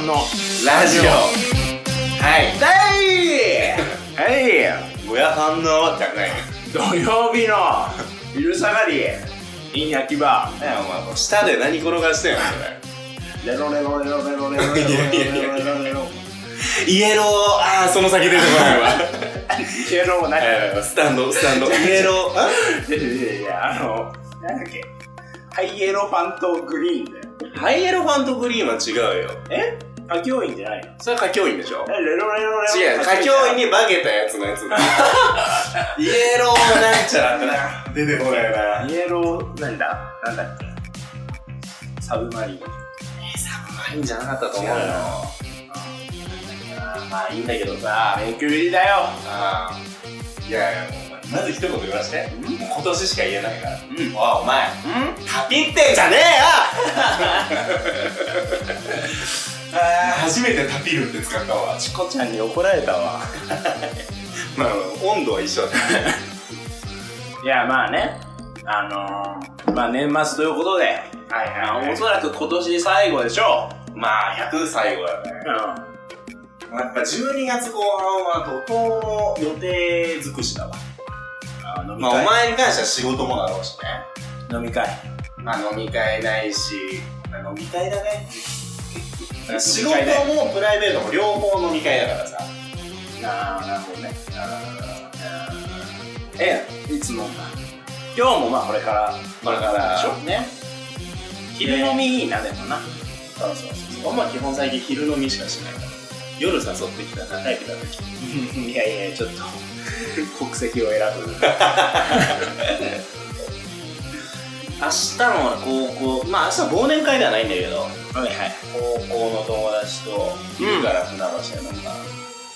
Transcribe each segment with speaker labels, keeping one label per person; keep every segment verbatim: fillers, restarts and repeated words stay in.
Speaker 1: んのラジオ。はい。はい。
Speaker 2: もやはんのじゃない。
Speaker 1: 土曜日の昼下がり。いい焼き場。
Speaker 2: ねえ、お前、下で何転がしてんのそ
Speaker 1: れ。レロレロレロレロレロレロレロレロ。
Speaker 2: イエロー、あー、その先出てこないわ。
Speaker 1: イエロー何？
Speaker 2: スタンド、スタンド。イエロー、あ？
Speaker 1: いやいやいや、あの、なんだっけ。ハイエロファントグリーンだよ。
Speaker 2: ハイエロファントグリーンは違うよ。
Speaker 1: え？歌教員じゃないの？
Speaker 2: それは歌教員でしょ？
Speaker 1: え、レロレロレロ。
Speaker 2: 違う、歌教員に化けたやつのやつだ。イエローなんちゃらってな。出てこないな。
Speaker 1: イエロー、なんだなんだっけサブマリン。
Speaker 2: えー、サブマリンじゃなかったと思うよ。
Speaker 1: まあいいんだけどさ、勉強入りだよ。
Speaker 2: ああ。いやいや、もうまず一言言わして。もう今年しか言えないから。
Speaker 1: うん。
Speaker 2: おい、お前。
Speaker 1: うん？
Speaker 2: タピってんじゃねえよああ、初めてタピるって使ったわ。
Speaker 1: チコちゃんに怒られたわ。
Speaker 2: まあ、温度は一緒だったね。
Speaker 1: いや、まあね。あのー、まあ年末ということで。はいはい、はい。おそらく今年最後でしょう。
Speaker 2: まあ、ひゃく最後だね。うん。やっぱじゅうにがつご半は怒涛の予定尽くしだわ。あ飲み会。まあお前に関しては仕事もだろうしね。
Speaker 1: 飲み会。
Speaker 2: まあ飲み会ないし、まあ、飲み会だね。仕事もプライベートも両方飲み会だからさ。
Speaker 1: ああ、なるほどね。ええ、いつ飲んだ？今日もまあこれから、
Speaker 2: これから
Speaker 1: でしょね。昼飲みいいな、でもな。
Speaker 2: そうそうそう。まあ基本最近昼飲みしかしないから。夜誘ってきたタイプだとき。
Speaker 1: いやいや、ちょっと国籍を選ぶ。
Speaker 2: 明日の高校、まあ明日忘年会ではないんだけど、
Speaker 1: はいはい。
Speaker 2: 高校の友達と昼から船橋で飲んだ。ね、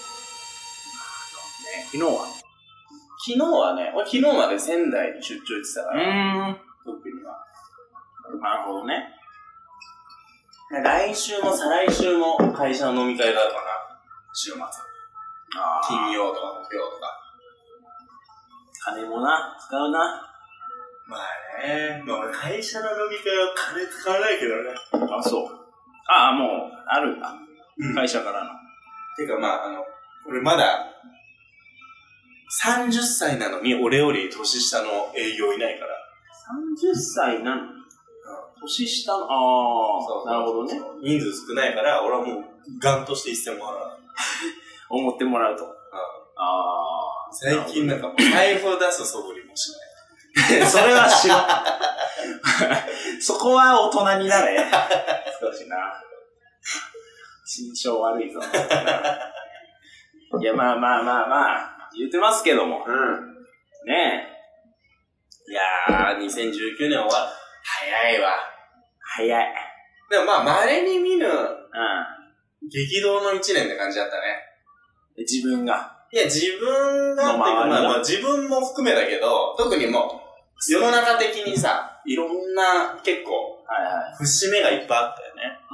Speaker 1: 昨日は
Speaker 2: 昨日はね、俺昨日まで仙台に出張行ってたから、
Speaker 1: うーん、
Speaker 2: 特には。
Speaker 1: なるほどね。
Speaker 2: 来週も再来週も会社の飲み会があるかな。週末。あ金曜とか木曜とか。
Speaker 1: 金もな、使うな。
Speaker 2: まあね、まあ俺会社の飲み会は金使わないけどね。
Speaker 1: あ、そう。ああ、もう、あるんだ。うん、会社からの。
Speaker 2: てかまあ、あの、俺まだ、さんじゅっさいなのに俺より年下の営業いないから。
Speaker 1: さんじゅっさいなのに、うん、年下の、ああ、なるほどね。
Speaker 2: 人数少ないから、俺はもう、ガンとして一銭も払わない。
Speaker 1: 思ってもらうと。うん、あ
Speaker 2: あ。最近なんかもう、財布を出す素振りもしない。
Speaker 1: それはしろ。そこは大人になれ。少しな。心象悪いぞ。いや、まあまあまあまあ、言ってますけども。
Speaker 2: うん。
Speaker 1: ね
Speaker 2: え。いやー、にせんじゅうきゅうねん終わる。早いわ。
Speaker 1: 早い。
Speaker 2: でもまあ、稀に見ぬ、うん。
Speaker 1: 激
Speaker 2: 動の一年って感じだったね。
Speaker 1: 自分が。
Speaker 2: いや、自分がっていうか、まあまあ自分も含めだけど、特にもう、世の中的にさ、いろんな結構、
Speaker 1: はいはい、
Speaker 2: 節目がいっぱいあったよね。
Speaker 1: うん。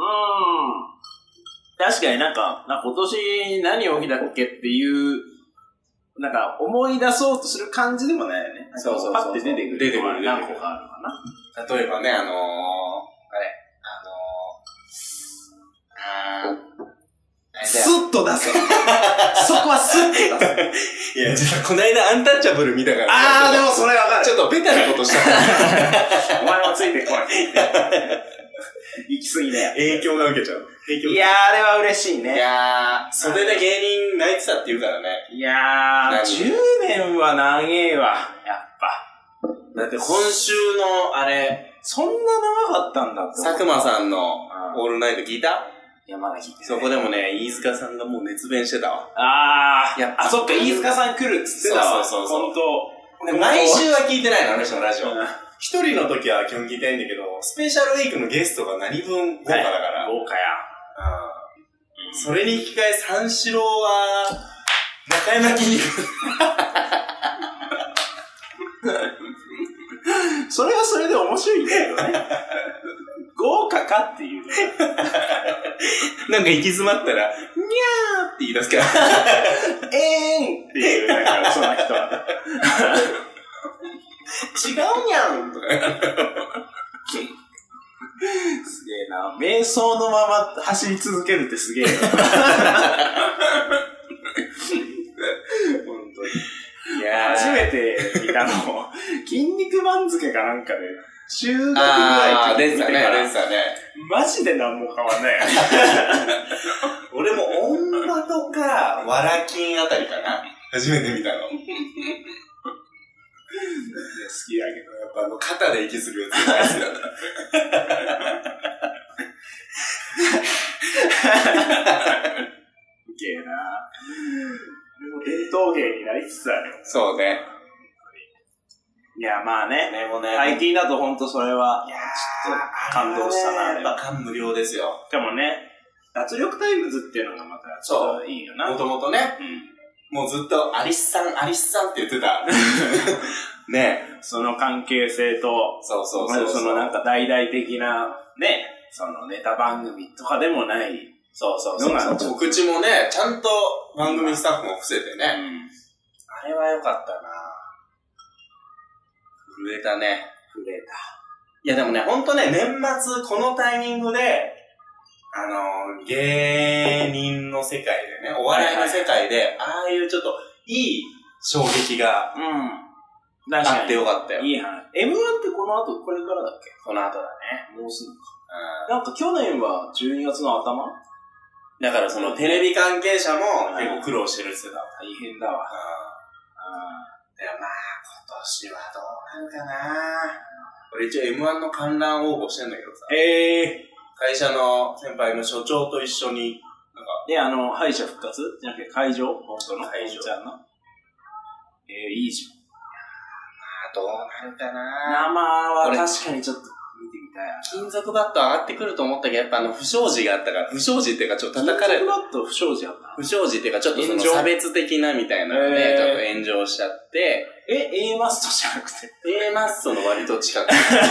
Speaker 1: 確かになんか、なんか今年何起きたっけっていう、なんか思い出そうとする感じでもないよね。
Speaker 2: そうそうそう。
Speaker 1: パッて出てくる。
Speaker 2: 出てくる。
Speaker 1: 何個かあるか
Speaker 2: な。例えばね、あのー、あれ、あのー、あー、
Speaker 1: スッと出せ。そこはスッと出せ。
Speaker 2: いや、実はこの間アンタッチャブル見たから。
Speaker 1: あー、でもそれわかる。
Speaker 2: ちょっとベタなことしたから。
Speaker 1: お前もついてこい。行き過ぎだよ。
Speaker 2: 影響が受けちゃう。
Speaker 1: 影響いやー、あれは嬉しいね。
Speaker 2: いやー、袖で芸人泣いてたって言うからね。
Speaker 1: いやー、じゅうねんは長えわ、やっぱ。
Speaker 2: だって今週のあれ、
Speaker 1: そんな長かったんだって。
Speaker 2: 佐久間さんのオールナイト聞いた？
Speaker 1: いや、まだ聞いてない。
Speaker 2: そこでもね、飯塚さんがもう熱弁してたわ。
Speaker 1: あー。やっぱ、あ、そっか、飯塚さん来るっつってたわ。
Speaker 2: そうそうそう。
Speaker 1: ほんと。
Speaker 2: 毎週は聞いてないの、あの人のラジオ。一人の時は基本聞いてないんだけど、スペシャルウィークのゲストが何分豪華だから。
Speaker 1: 豪華や。
Speaker 2: うん。それに引き換え三四郎は、中山筋肉。
Speaker 1: それはそれで面白いんだけどね。豪華かっていう。
Speaker 2: なんか行き詰まったら、にゃーって言い出すから。
Speaker 1: えーんっていう、なんかその人は。違うにゃんとか。 すげえな。瞑想のまま走り続けるってすげえよ。本当に。いや初めて見たの、筋肉番付かなんかで、中学ぐらいで見てから、
Speaker 2: ですよね。
Speaker 1: マジで何も変わんないよね。
Speaker 2: 俺も音馬とか、わら筋あたりかな。初めて見たの。好
Speaker 1: きだけど、
Speaker 2: やっぱあの、肩で息するやつが大好きだった。
Speaker 1: うげえな。でも伝統芸になりつつあるよ。
Speaker 2: そうね。
Speaker 1: いや、まあね。
Speaker 2: ねもね
Speaker 1: アイティー だとほんとそれは、
Speaker 2: いや
Speaker 1: ちょっと感動したな。
Speaker 2: やっぱ感無量ですよ。
Speaker 1: でもね、脱力タイムズっていうのがまたちょっといいよな。
Speaker 2: もともとね、うん、もうずっとアリスさん、アリスさんって言ってた。ね。
Speaker 1: その関係性と、
Speaker 2: そうそうそうそう。
Speaker 1: まずそのなんか大々的な、ね、そのネタ番組とかでもない、
Speaker 2: そうそうそうそう。告知もね、ちゃんと番組スタッフも伏せてね。うん、あれは良かったな。震えたね。
Speaker 1: 震えた。
Speaker 2: いやでもね、ほんとね、年末このタイミングで、あの、芸人の世界でね、お笑いの世界で、ああいうちょっといい衝撃が、うん。あってよかったよ。
Speaker 1: いい話。エムワン ってこの後、これからだっけ？
Speaker 2: この後だね。
Speaker 1: もうすぐか。うん。なんか去年はじゅうにがつの頭？
Speaker 2: だからそのテレビ関係者も結構苦労してるって言ってた。
Speaker 1: 大変だわ。うん。うん。
Speaker 2: でもまあ、今年はどうなるかな。俺一応 エムワン の観覧応募してんだけどさ。
Speaker 1: へえー。
Speaker 2: 会社の先輩の所長と一緒に、
Speaker 1: なんか。で、あの、敗者復活じゃなくて会場本当の会場ちゃんの。えー、いいじゃん。
Speaker 2: まあ、どうなるかな。
Speaker 1: 生は確かにちょっと見てみたいな。
Speaker 2: 金属バット上がってくると思ったけど、やっぱあの、不祥事があったから、不祥事っていうかちょっと叩かれ
Speaker 1: 金属バット不祥事あった
Speaker 2: 不祥事っていうかちょっとその差別的なみたいなので、ちょっと炎上しちゃって、
Speaker 1: え、A マストじゃなくて
Speaker 2: A マストの割と近く。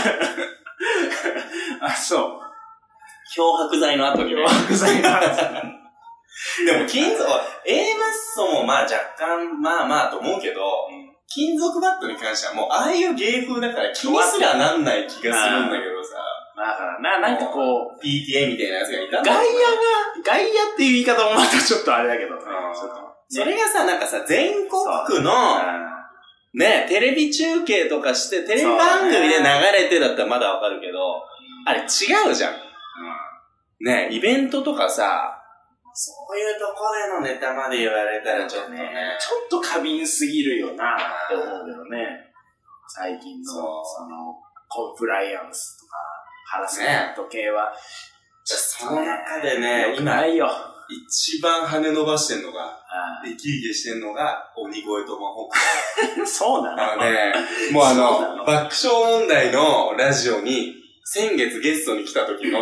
Speaker 1: あ、そう。
Speaker 2: 漂白剤の後に、ね。
Speaker 1: 漂白剤の後に。
Speaker 2: でも金属、A マストもまあ若干、まあまあと思うけど、うん、金属バットに関してはもうああいう芸風だから気にすらなんない気がするんだけどさ。
Speaker 1: だからな、なんかこう、
Speaker 2: ピーティーエー みたいなやつがいたん
Speaker 1: だ外野が、外野っていう言い方もまたちょっとあれだけど、うん、
Speaker 2: それがさ、なんかさ、全国区の、ね、テレビ中継とかして、テレビ番組で流れてだったらまだわかるけど、あれ違うじゃん。うん、ね、イベントとかさ、そういうとこでのネタまで言われたらちょっとね、
Speaker 1: ちょっと過敏すぎるよなって思うけどね。最近の、その、コンプライアンスとか、ハラスメント系は。
Speaker 2: ね、その中でね、
Speaker 1: 今、ないよ。
Speaker 2: 一番羽伸ばしてんのが、生き生きしてんのが、鬼越トマホーク。
Speaker 1: そうなの？
Speaker 2: あのね、もうあの、爆笑問題のラジオに、先月ゲストに来た時の、うん、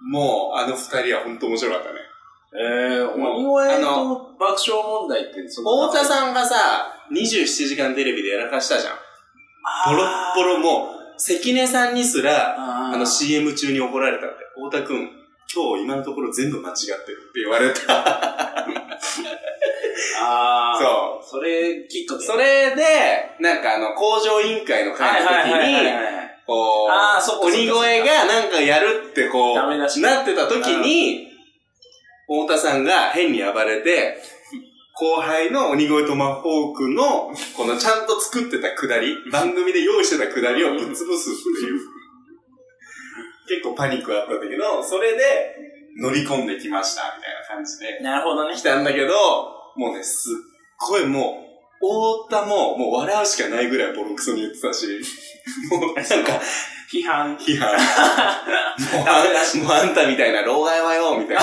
Speaker 2: もうあの二人は本当面白かったね。
Speaker 1: えー、鬼越と爆笑問題ってそ
Speaker 2: の、太田さんがさ、にじゅうななじかんテレビでやらかしたじゃん。ボロッボロもう、関根さんにすら、あ, あの シーエム 中に怒られたって。太田くん、今日今のところ全部間違ってるって言われた。
Speaker 1: ああ。
Speaker 2: そう。
Speaker 1: それ、きっかけ。
Speaker 2: それで、なんかあの、工場委員会の会の時に、こう、あそ鬼越がなんかやるってこう、なってた時に、太田さんが変に暴れて、後輩の鬼越トマホークの、このちゃんと作ってたくだり、番組で用意してたくだりをぶっ潰すっていう。結構パニックあったんだけど、それで乗り込んできました、みたいな感じで。
Speaker 1: なるほどね。
Speaker 2: 来たんだけど、もうね、すっごいもう、太田ももう笑うしかないぐらいボロクソに言ってたし、もうなんか、
Speaker 1: 批判。
Speaker 2: 批判。もうあ、もうあんたみたいな老害はよ、みたいな。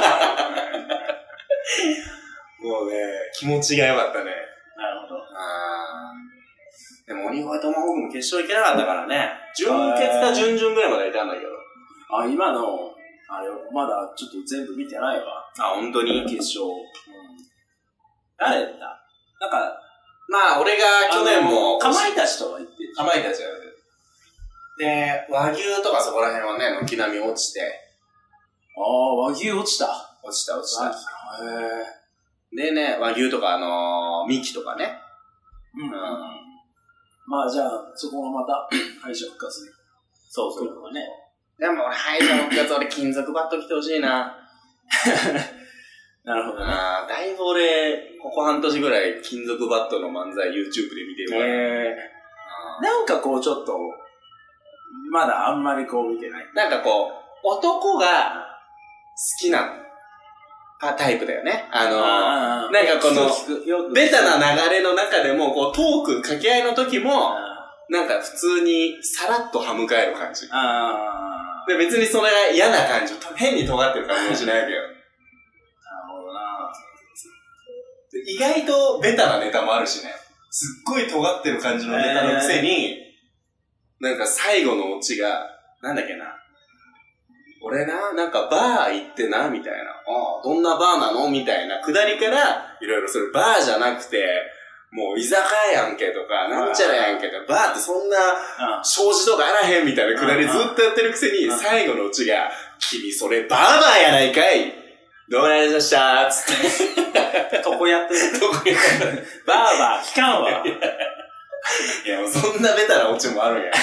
Speaker 2: もうね、気持ちが良かったね。
Speaker 1: なるほど。
Speaker 2: あでも、鬼越トマホークも決勝行けなかったからね。準決か準々ぐらいまでいたんだけど。
Speaker 1: あ、今の、あれ、まだちょっと全部見てないわ。
Speaker 2: あ、本当に
Speaker 1: 決勝。うん、誰だったなんか、
Speaker 2: まあ、俺が去年も。
Speaker 1: かまいたちとは言ってる。
Speaker 2: かまいたちはで、和牛とかそこら辺はね、軒並み落ちて。
Speaker 1: ああ、和牛落ちた。
Speaker 2: 落ちた落ちた。
Speaker 1: へえ。
Speaker 2: でね、和牛とかあのー、ミキとかね。
Speaker 1: うん。うん、まあじゃあ、そこがまた、敗者復活で。
Speaker 2: そうそう。
Speaker 1: 来るのがね。
Speaker 2: でも俺、敗者復活俺金属バット来てほしいな。
Speaker 1: なるほどね。
Speaker 2: あだいぶ俺、ここ半年ぐらい金属バットの漫才 YouTube で見てるから。
Speaker 1: へー。なんかこうちょっと、まだあんまりこう見てない。
Speaker 2: なんかこう、男が好きなタイプだよね。あの、あなんかこの、ベタな流れの中でも、こうトーク掛け合いの時も、なんか普通にさらっと歯向かえる感じ。あで別にそれが嫌な感じ、変に尖ってる感じもしないわけよ。なる
Speaker 1: ほどな。
Speaker 2: 意外とベタなネタもあるしね。すっごい尖ってる感じのネタのくせに、なんか最後のオチが、なんだっけな。俺な、なんかバー行ってな、みたいな。ああ、どんなバーなのみたいな。くだりから、いろいろそれバーじゃなくて、もう居酒屋やんけとか、なんちゃらやんけとか、バーってそんな、障子とかあらへんみたいなくだりずっとやってるくせに、最後のオチが、君それバーバーやないかいどうもありがとうございましたーつ
Speaker 1: って。床やってる。床やってる。バーバー、聞かんわ。
Speaker 2: いや、もうそんなベタなオチもあるんや。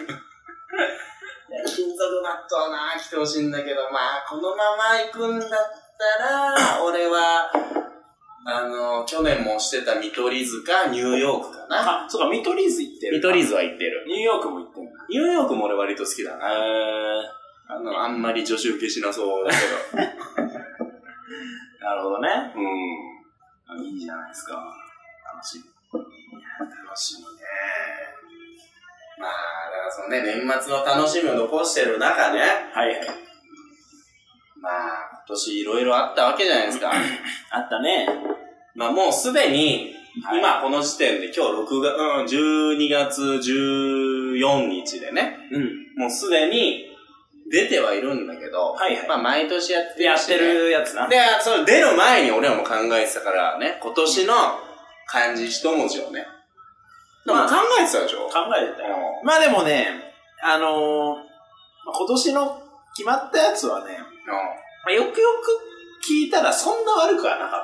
Speaker 2: 金属バットはな、来てほしいんだけど、まあ、このまま行くんだったら、俺は、あの、去年もしてた見取り図かニューヨークかな。
Speaker 1: あ、そうか、見取り図行ってる。
Speaker 2: 見取り図は行ってる。
Speaker 1: ニューヨークも行ってる。
Speaker 2: ニューヨークも俺割と好きだな。へー。あの、あんまり女子受けしなそうだけど。
Speaker 1: なるほどね。
Speaker 2: うん。
Speaker 1: いいじゃないですか。楽しみ。楽しみね。
Speaker 2: まあ、だからそのね、年末の楽しみを残してる中ね。
Speaker 1: はいはい。
Speaker 2: まあ、今年いろいろあったわけじゃないですか。
Speaker 1: あったね。
Speaker 2: まあもうすでに、はい、今この時点で今日ろくがつ、うん、じゅうにがつじゅうよっかでね。うん。もうすでに出てはいるんだけど、はいはい。まあ毎年やってる、ね、
Speaker 1: やってるやつな。
Speaker 2: で、その出る前に俺らも考えてたからね、今年の漢字一文字をね。でも考えてたでしょ、
Speaker 1: 考えてたよ。まあでもね、あのー、今年の決まったやつはね、うん、よくよく聞いたらそんな悪くはなかった。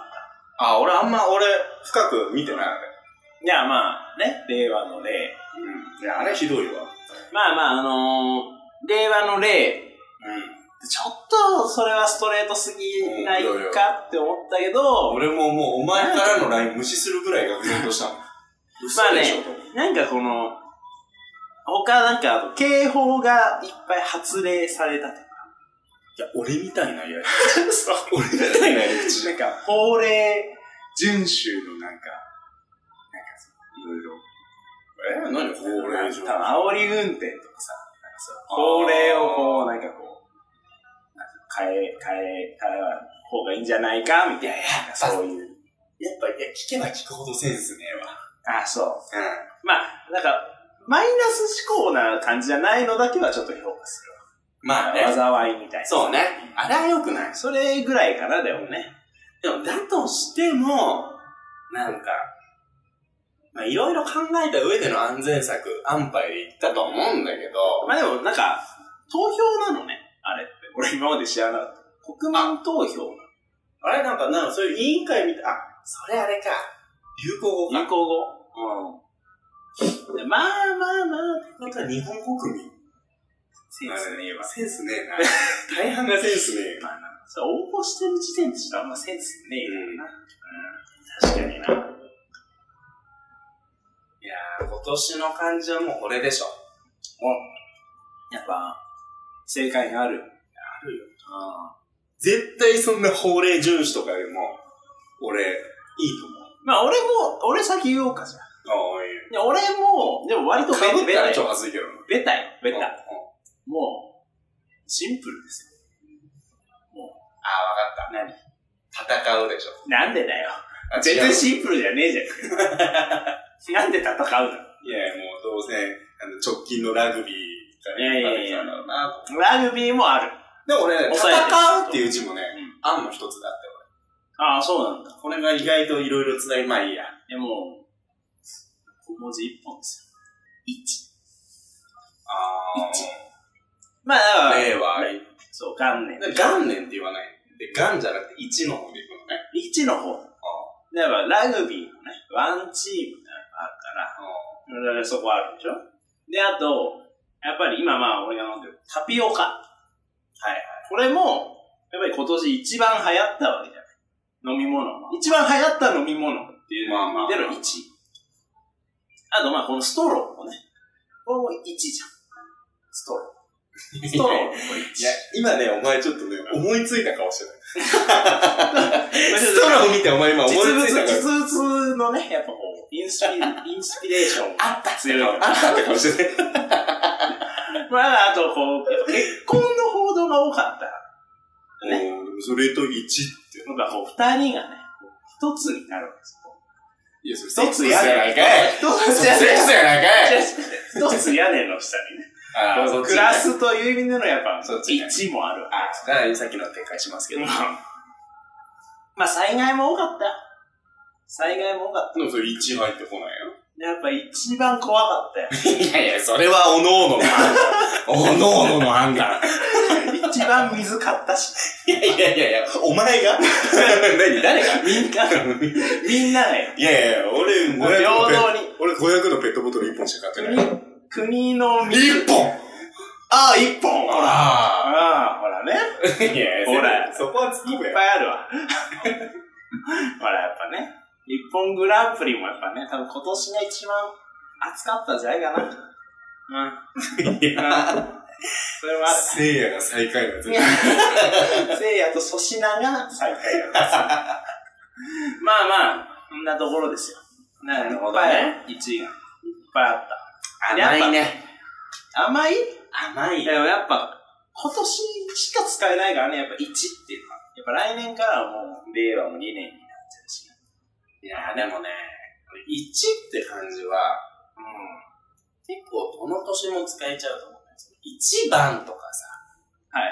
Speaker 2: あ、俺あんま、俺深く見てないあれ。
Speaker 1: いや、まあね、令和の令。
Speaker 2: うん。いや、あれひどいわ。
Speaker 1: まあまあ、あのー、令和の令。うん。ちょっと、それはストレートすぎないかって思ったけど、
Speaker 2: 俺ももうお前からの ライン 無視するぐらいがグレートしたもん。
Speaker 1: まあね、なんかこの、他なんか、あと警報がいっぱい発令されたとか。
Speaker 2: いや、俺みたいなやつ。そう。俺みたいなやつ。
Speaker 1: なんか、法令遵守のなんか、なんかいろいろ。
Speaker 2: え何法令遵守？
Speaker 1: 煽り運転とかさ、なんかさ、法令をこう、なんかこう、なんか変え、変え、変えた方がいいんじゃないかみたいな、そういう。
Speaker 2: やっぱ、いや、聞けば聞くほどセンスねえわ。
Speaker 1: ああ、そう。うん。まあ、なんか、マイナス思考な感じじゃないのだけはちょっと評価するわ。
Speaker 2: まあね。
Speaker 1: 災いみたいな。
Speaker 2: そうね。あれは良くない。
Speaker 1: それぐらいかな、でもね。
Speaker 2: でも、だとしても、なんか、まあ、いろいろ考えた上での安全策、安牌で言ったと思うんだけど。
Speaker 1: まあでも、なんか、投票なのね、あれって。俺今まで知らなかった。国民投票なの。
Speaker 2: あれなんか、なんかそういう委員会みたい、あ、それあれか。流行語か。
Speaker 1: 流行語。うん。まあまあまあ、
Speaker 2: ってことは日本国民。
Speaker 1: センスねえわ。
Speaker 2: センスねえな。大半がセンスねえ。まあな。
Speaker 1: それ応募してる時点でちょっとあんまセンスねえよな。うん。確かにな。
Speaker 2: いやー、今年の漢字はもうこれでしょ。
Speaker 1: お。やっぱ、正解がある。
Speaker 2: あるよ。ああ。絶対そんな法令遵守とかよりも、俺、いいと思う。
Speaker 1: まあ俺も、俺先言おうかじゃん。
Speaker 2: ああ、いいよ。
Speaker 1: いや俺も、でも割とベタ
Speaker 2: よ。被ったらちょっと恥ずいけど。
Speaker 1: ベタよ、ベタ。もう、シンプルですよ。もう。
Speaker 2: ああ、わかった。
Speaker 1: 何？
Speaker 2: 戦うでしょ。
Speaker 1: なんでだよ。全然シンプルじゃねえじゃん。なんで戦うの？いや、
Speaker 2: もうどうせ、あの直近のラグビーが
Speaker 1: ね、いやいやいやラグビーもある。
Speaker 2: でも俺ね、戦うっていう字もね、うん、案の一つだって
Speaker 1: 俺。ああ、そうなんだ。
Speaker 2: これが意外といろいろつなぎ、まあいいや。
Speaker 1: でも、小文字一本ですよ。一。
Speaker 2: ああ。
Speaker 1: 一。まあだから、
Speaker 2: 令和。
Speaker 1: そう、元年。
Speaker 2: 元年って言わない。で、元じゃなくて一の方でいくのね。
Speaker 1: 一の方。だからラグビーのね、ワンチームみたいなのがあるから、そこあるでしょ。で、あと、 やっぱり今まあ俺が飲んでるタピオカ。はいはい。これも、やっぱり今年一番流行ったわけじゃない。飲み物。一番流行った飲み物っていう意味でのいちい。あとまあこのストローもね。これもいちじゃん。ストロー。ストローのこれいち。
Speaker 2: いや、今ね、お前ちょっとね、思いついた顔してない。ストロー見てお前今思いついた顔。
Speaker 1: 実物、実物のね、やっぱこう、インスピ、インスピレーション
Speaker 2: あった
Speaker 1: 強い。
Speaker 2: あったって顔してない。
Speaker 1: まあ、あとこう、結婚の報道が多かった。
Speaker 2: ね。それといちって。
Speaker 1: なんかこう、二人がね、一つになるわけです。
Speaker 2: いや、それ一つ屋根やないかい。一つ屋根やないかい。
Speaker 1: 一つ屋根の下にね。ああ、クラスという意味でのやっぱ、いちもあるわけです。
Speaker 2: だからさっきの撤回しますけど。
Speaker 1: まあ、災害も多かった。災害も多かった。
Speaker 2: でもそれいち入ってこないよ。
Speaker 1: やっぱ一番怖かったよ。
Speaker 2: いやいや、それはおのおのの判断。おのおのの判断。
Speaker 1: 一番水買ったし。
Speaker 2: いやいやいやいや、お前が何誰が
Speaker 1: みんな、みんなだよ。
Speaker 2: いやいや、俺、
Speaker 1: 平等に。
Speaker 2: 俺ごひゃくのペットボトルいっぽんしか買ってない。
Speaker 1: 国の
Speaker 2: 水。いっぽん
Speaker 1: ああ、いっぽんほら。
Speaker 2: あ
Speaker 1: あ、ほらね。
Speaker 2: いや
Speaker 1: ほら、
Speaker 2: そこは突っ込むよ。
Speaker 1: いっぱいあるわ。ほら、やっぱね。日本グランプリもやっぱね、多分今年が一番熱かったんじゃないかな。うん。いや、それは。
Speaker 2: 聖夜が最下位なんですよ。
Speaker 1: 聖夜と粗品が最下位なんですよ。まあまあ、こんなところですよ。なるほどね。いちいがいっぱいあった。
Speaker 2: 甘いね。
Speaker 1: 甘い
Speaker 2: 甘い。
Speaker 1: でもやっぱ、今年しか使えないからね、やっぱいちっていうのは。やっぱ来年からはもう、令和もにねんになっちゃうし。
Speaker 2: いやでもね、いちって感じは、うん、結構どの年も使えちゃうと思うんですよ。いちばんとかさ。
Speaker 1: はいはい。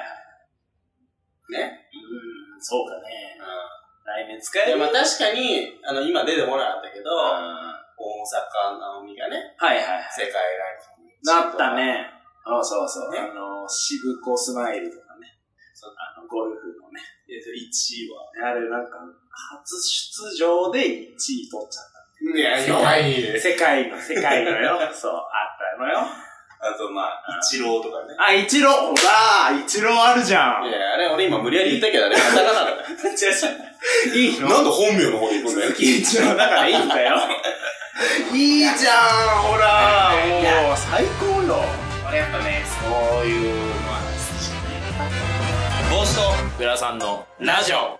Speaker 1: ね。うん、そうかね。うん、来年使える。
Speaker 2: いやまあ確かに、あの、今出てこなかったけど、うん、大阪なおみがね、
Speaker 1: はいはいはい。
Speaker 2: 世界ランキング
Speaker 1: なったね。あそうそう。ね、あの、渋子スマイルとかね。あの、ゴルフのね。いちいは。あれなんか、初出場でいちい取っちゃった。
Speaker 2: いや、弱い。
Speaker 1: 世界の、世界のよ。そう、あったのよ。
Speaker 2: あと、まあ、イチローとかね。
Speaker 1: あ、イチローほらイチローあるじゃん。
Speaker 2: いや、あれ俺今無理やり言ったけど、あれカタカナだね。
Speaker 1: 違う違う。いいの？
Speaker 2: なんで本名の方に行くんだよ。
Speaker 1: イチローだからいいんだよ。いいじゃん、ほらもう、最高よ。
Speaker 2: 俺やっぱね、そういうのは好きね。
Speaker 1: ゴーストグラさんのラジオ。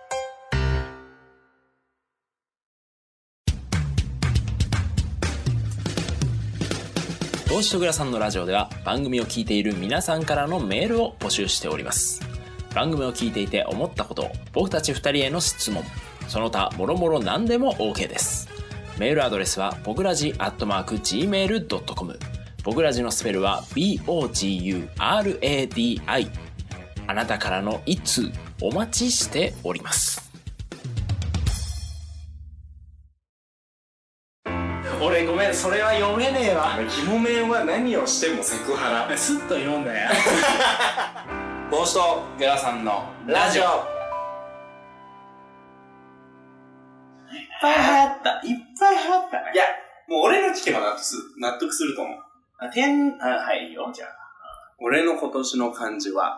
Speaker 1: ゴーストグラさんのラジオでは番組を聞いている皆さんからのメールを募集しております。番組を聞いていて思ったこと、僕たちふたりへの質問、その他もろもろ何でも OK です。メールアドレスは僕らじアットマーク ジーメールドットコム。僕らじのスペルは ビーオージーユーアールエーディーアイ。あなたからの一通お待ちしております。俺ごめん、それは読めねえわ。
Speaker 2: キモメンは何をしてもセクハラ。
Speaker 1: スッと読んだよ。
Speaker 2: ゴーストグラさんのラジオ。いっ
Speaker 1: ぱい流行った。いっぱい流行ったね。
Speaker 2: いや、もう俺の聞けば納得する、納得すると思う。
Speaker 1: あ、てん、あ、はいよ、じゃあ。
Speaker 2: 俺の今年の漢字は、
Speaker 1: はい。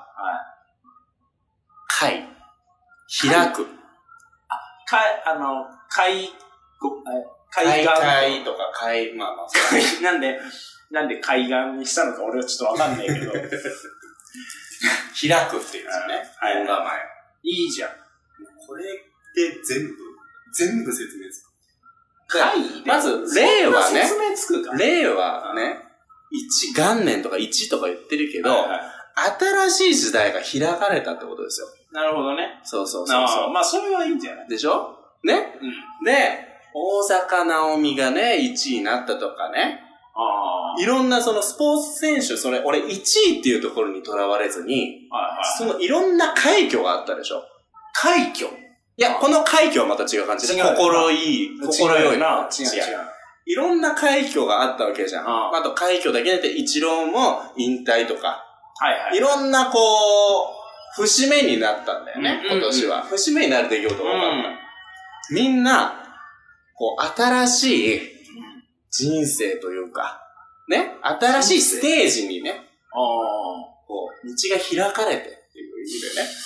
Speaker 2: 開。開く。
Speaker 1: あ、か、あの、開、ご、
Speaker 2: 海岸とか海、まあまあ。
Speaker 1: なんで、なんで海岸にしたのか俺はちょっとわかんないけど。
Speaker 2: 開くっていうんですよね。
Speaker 1: はい。
Speaker 2: 門構え。
Speaker 1: いいじゃん。
Speaker 2: これって全部、全部説明つく。
Speaker 1: 海
Speaker 2: まず、令和ね。
Speaker 1: 説明つくか。
Speaker 2: 令和ね。一元年とか一とか言ってるけど、はいはい、新しい時代が開かれたってことですよ。
Speaker 1: なるほどね。
Speaker 2: そうそうそうそう。
Speaker 1: あまあ、それはいいんじゃない
Speaker 2: でしょね、うん、で、大坂なおみがね、いちいになったとかね。
Speaker 1: あ
Speaker 2: いろんなそのスポーツ選手、それ、俺いちいっていうところにとらわれずに、はいはい、そのいろんな快挙があったでしょ。
Speaker 1: 快挙
Speaker 2: いや、この快挙はまた違う感じで、心いい、心よいな。
Speaker 1: 違う違う。
Speaker 2: いろんな快挙があったわけじゃん。あ, あと快挙だけでイチローも引退とか。
Speaker 1: はいはい。
Speaker 2: いろんなこう、節目になったんだよね、うんうんうん、今年は。節目になる出来事が多かった。うん、みんな、こう、新しい人生というか、ね、新しいステージにね、 こう、道が開かれてっていう意味でね。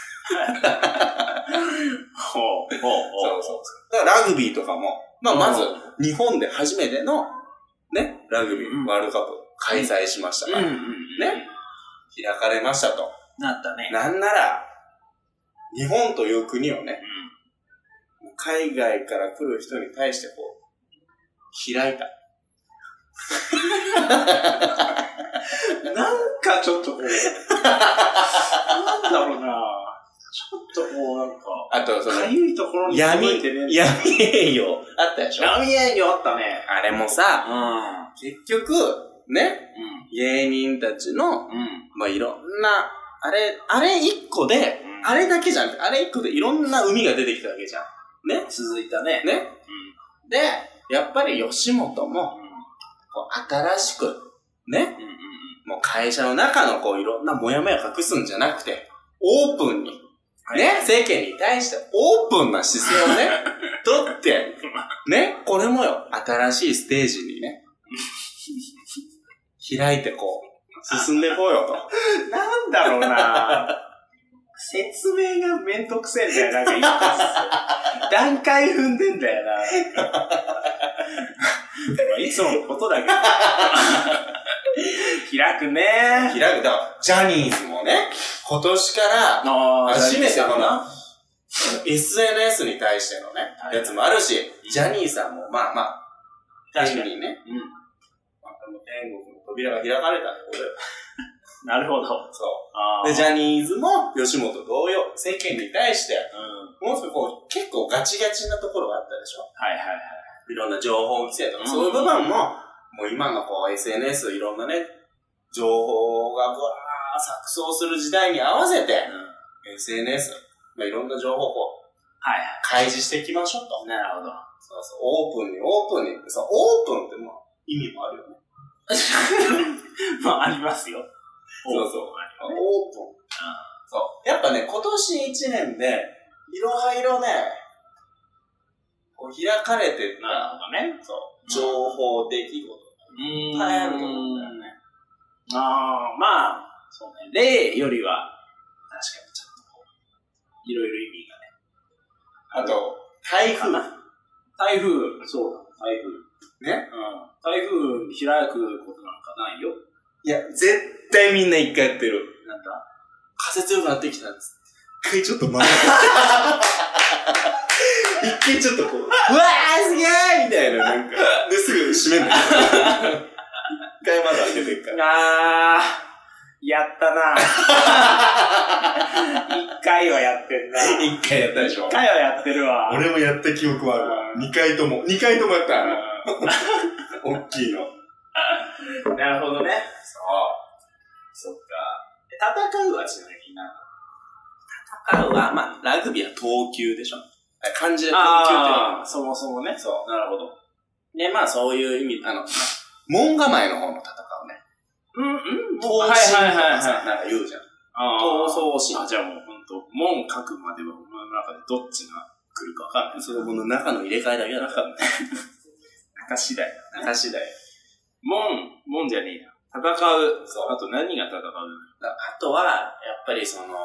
Speaker 1: ほう、ほう、ほう。
Speaker 2: そうそう。だからラグビーとかも、まあまず、日本で初めての、ね、ラグビーワールドカップ開催しましたから、ね、開かれましたと。
Speaker 1: なったね。
Speaker 2: なんなら、日本という国をね、海外から来る人に対してこう、開いた。
Speaker 1: なんかちょっとこう、なんだろうなちょっとこうなんか、
Speaker 2: あとその、
Speaker 1: かゆいところに
Speaker 2: 闇、闇営業あったでしょ。
Speaker 1: 闇営業あったね。
Speaker 2: あれもさ、
Speaker 1: うん、
Speaker 2: 結局、ね、うん、芸人たちの、うん、まあいろんな、あれ、あれ一個で、うん、あれだけじゃなくて、あれ一個でいろんな海が出てきたわけじゃん。ね。
Speaker 1: 続いたね。
Speaker 2: ね。うん、で、やっぱり吉本も、うん、こう新しく、ね、うんうんうん、もう会社の中のこういろんなモヤモヤ隠すんじゃなくて、オープンに、ね、はい、世間に対してオープンな姿勢をね、とって、ね、これもよ、新しいステージにね、開いてこう、進んでいこうよと。
Speaker 1: なんだろうな説明がめんどくせえんだよ、なんか一個段階踏んでんだよな。いつものことだけど。開くね
Speaker 2: ー。開く。だから、ジャニーズもね、今年から初めてこの エスエヌエス に対してのね、やつもあるし、ジャニーさんもまあまあ、確かにね、うん、まあ、天国の扉が開かれたってことよ。
Speaker 1: なるほど。
Speaker 2: そう。で、ジャニーズも吉本同様、世間に対して、うん、もう少しこう、結構ガチガチなところがあったでしょ。
Speaker 1: はいはいはい。
Speaker 2: いろんな情報規制とか、うん、そういう部分も、もう今のこう エスエヌエス いろんなね、情報がぶわー錯綜する時代に合わせて、うん、エスエヌエス、まあ、いろんな情報をこう、はいはい、開示していきましょうと。
Speaker 1: なるほど。
Speaker 2: そうそう、オープンにオープンにってさ、オープンってもう意味もあるよね。
Speaker 1: まあ、ありますよ。
Speaker 2: そうそう。オープン。そう。やっぱね、今年一年で、いろいろね、こう開かれてる。
Speaker 1: なるほどね。
Speaker 2: そう。情報、出来事。いっぱいあると思うんだよね。
Speaker 1: ああ、まあ、そうね。例よりは、確かにちょっとこう、いろいろ意味
Speaker 2: がね。あと、台風。
Speaker 1: 台風。そうだ、台風。
Speaker 2: ね。
Speaker 1: うん。台風開くことなんかないよ。
Speaker 2: いや、絶対みんな一回やってる。
Speaker 1: なんだ
Speaker 2: 風強くなってきたんです。一回ちょっと待って。一回ちょっとこう、うわーすげーみたいな、なんか。で、すぐ閉めんだよ。一回まだ開けてるから。
Speaker 1: あー、やったな一回はやってんな。
Speaker 2: 一回やったでしょ。
Speaker 1: 一回はやってるわ。
Speaker 2: 俺もやった記憶はあるわ。二回とも。二回ともやった。おっきいの。
Speaker 1: なるほどね。
Speaker 2: そう。
Speaker 1: そっか。戦うはちなみにな。
Speaker 2: 戦うは、まあ、ラグビーは投球でしょ。漢字で投球っていうの。
Speaker 1: そもそもね。
Speaker 2: そう。
Speaker 1: なるほど。
Speaker 2: ね、まあそういう意味、あの、門構えの方の戦うね。
Speaker 1: うんうん。
Speaker 2: 闘神とかさ、なんか言うじゃん。闘争神。
Speaker 1: あ、じゃあもうほんと、門書くまではお前の中でどっちが来るか分かんない。
Speaker 2: その中の入れ替えだけだからね。
Speaker 1: 中次第
Speaker 2: だ。中次第。
Speaker 1: 門、門じゃねえや。戦う。
Speaker 2: そう。
Speaker 1: あと何が戦うの？
Speaker 2: あとは、やっぱりその、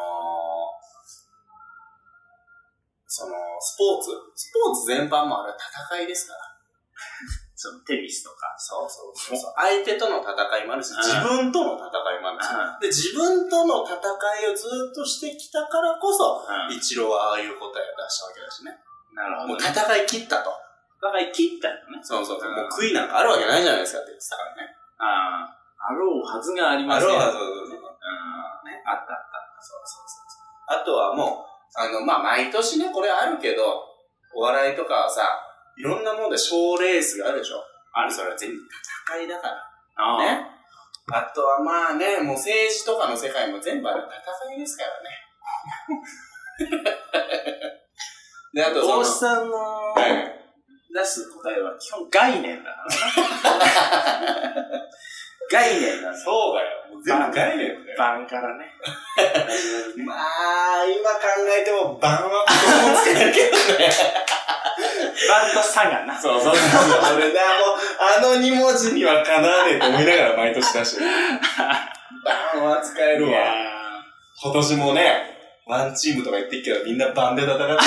Speaker 2: その、スポーツスポーツ全般もあれ戦いですから。
Speaker 1: そのテニスとか。
Speaker 2: そうそうそうそう。相手との戦いもあるし、自分との戦いもあるし。で、自分との戦いをずっとしてきたからこそ、イチローはああいう答えを出したわけだしね。
Speaker 1: なるほど、
Speaker 2: ね。もう戦い切ったと。
Speaker 1: 戦い切ったのね。
Speaker 2: そうそうそう。もう悔いなんかあるわけないじゃないですかって言ってたからね。
Speaker 1: ああ。あろうはずがありますね。
Speaker 2: あろうはずが、そうそうそう。
Speaker 1: ね。あったあった。
Speaker 2: そうそうそう。あとはもう、あの、まあ、毎年ね、これあるけど、お笑いとかはさ、いろんなもんで賞レースがあるでしょ。ある。それは全部戦いだから。ああ。ね。あとはまあね、もう政治とかの世界も全部あれ戦いですからね。で、あとその、
Speaker 1: 大志さんの、はい、出す答えは基本概念だからね。概念だね。
Speaker 2: そうだよ。もう全部概念だよ。
Speaker 1: 盤からね。
Speaker 2: まあ、今考えても盤は子供つけるけどね。
Speaker 1: 盤と差がな。
Speaker 2: そうそうそう。俺だ、もう、あの二文字にはかなわねえと思いながら毎年出してる。 バンは使えるわ。今年もね、ワンチームとか言ってっけど、みんなバンで戦ってた。で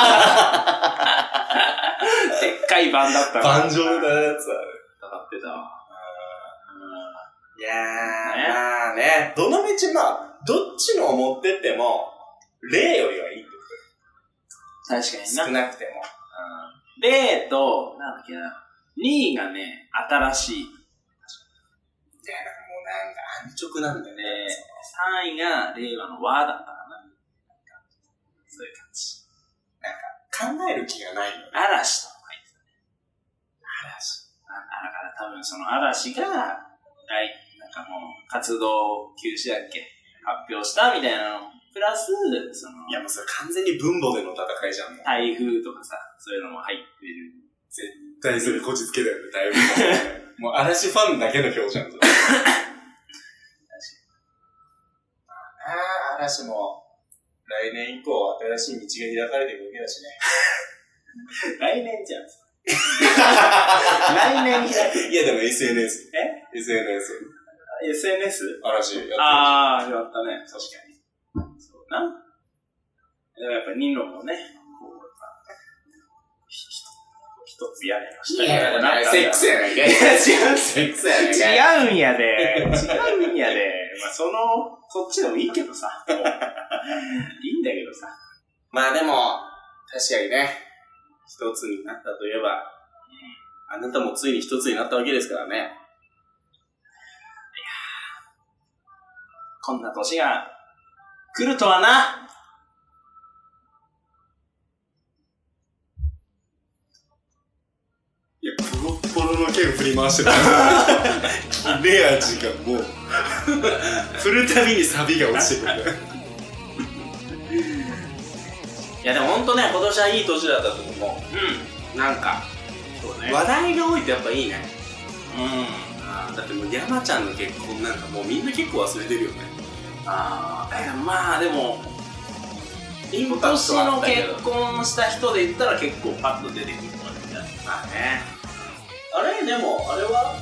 Speaker 1: っかいバンだった
Speaker 2: バン上で戦ってた。戦
Speaker 1: ってたわ。
Speaker 2: いやー、ね、まあね、どの道、まあ、どっちのを持ってっても、例よりはいいってこ
Speaker 1: と。確かにな。
Speaker 2: 少なくても。
Speaker 1: うん、例と、なんだっけな、にいがね、新しい。いや、
Speaker 2: なんかもうなんか安直なんだよね。
Speaker 1: さんいが令和の和だったかな。そういう感じ。
Speaker 2: なんか、考える気がないよね。
Speaker 1: 嵐とか言って
Speaker 2: たね。嵐。
Speaker 1: だから多分その嵐が、はい、なんかもう、活動休止だっけ発表したみたいなの。プラス、その、
Speaker 2: いやもうそれ完全に分母での戦いじゃん。もう
Speaker 1: 台風とかさ、そういうのも入ってる。
Speaker 2: 絶対それこじつけだよね、台風も。もう嵐ファンだけの表じゃん。確かに。ああ、嵐も、来年以降新しい道が開かれていくわけだしね。
Speaker 1: 来年じゃん。来年開く。
Speaker 2: いやでも エスエヌエス。
Speaker 1: え
Speaker 2: ?エスエヌエス。
Speaker 1: エスエヌエス?
Speaker 2: 嵐やってる。
Speaker 1: ああ、やったね。確かに。そうな。でもやっぱニノもね、こう、一つ屋根の下に。
Speaker 2: いや、セックスやないかい。
Speaker 1: 違う、
Speaker 2: セックスやないかい。
Speaker 1: 違うんやで。違うんやで。まあ、その、そっちでもいいけどさ。いいんだけどさ。
Speaker 2: まあでも、確かにね、一つになったといえば、うん、あなたもついに一つになったわけですからね。いやー、
Speaker 1: こんな年が来るとはな。
Speaker 2: いや、ポロッポロの剣振り回してた。切れ味がもう、振るたびにサビが落ちてくる。いやでもほんとね、今年はいい年だったと思う。うん。なんか、そうね、話題が多いとやっぱいいね。うん。だってもう山ちゃんの結婚なんかもうみんな結構忘れてるよね。
Speaker 1: ああ、まあでも、今年の結婚した人で言ったら結構パッと出てくるかもしれない。
Speaker 2: まあね。あれでも、あれは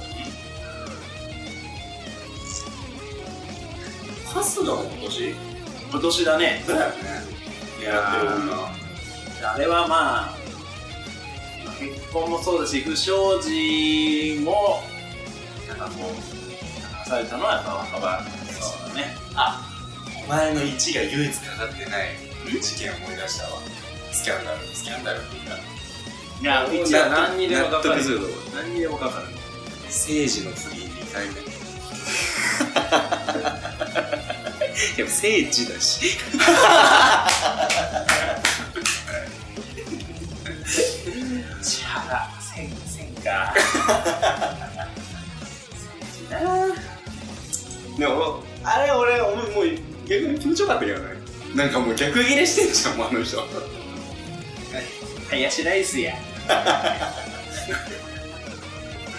Speaker 2: 春日も今年
Speaker 1: 今年だね。
Speaker 2: だよね。やってる女。
Speaker 1: あれはまあ、結婚もそうだし、不祥事も、なんかこう、話されたのはやっぱ若葉そうだね。
Speaker 2: あ、お前のいちが唯一かかってない事件を思い出したわ。スキャンダル、スキャンダルっていうか。
Speaker 1: いや、いちは何にでもかかる。
Speaker 2: 何にでもかかる。政治の不倫にかいめ。でも聖地だし。
Speaker 1: 千原、千、千か。
Speaker 2: 聖地な。でも、あれ俺、俺もう逆に気持ちよかったけどね。なんかもう逆ギレしてんじゃん、もうあの人。
Speaker 1: ハヤシライスや。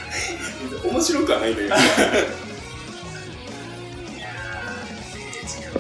Speaker 2: 面白くはないんだけど。
Speaker 1: いやー、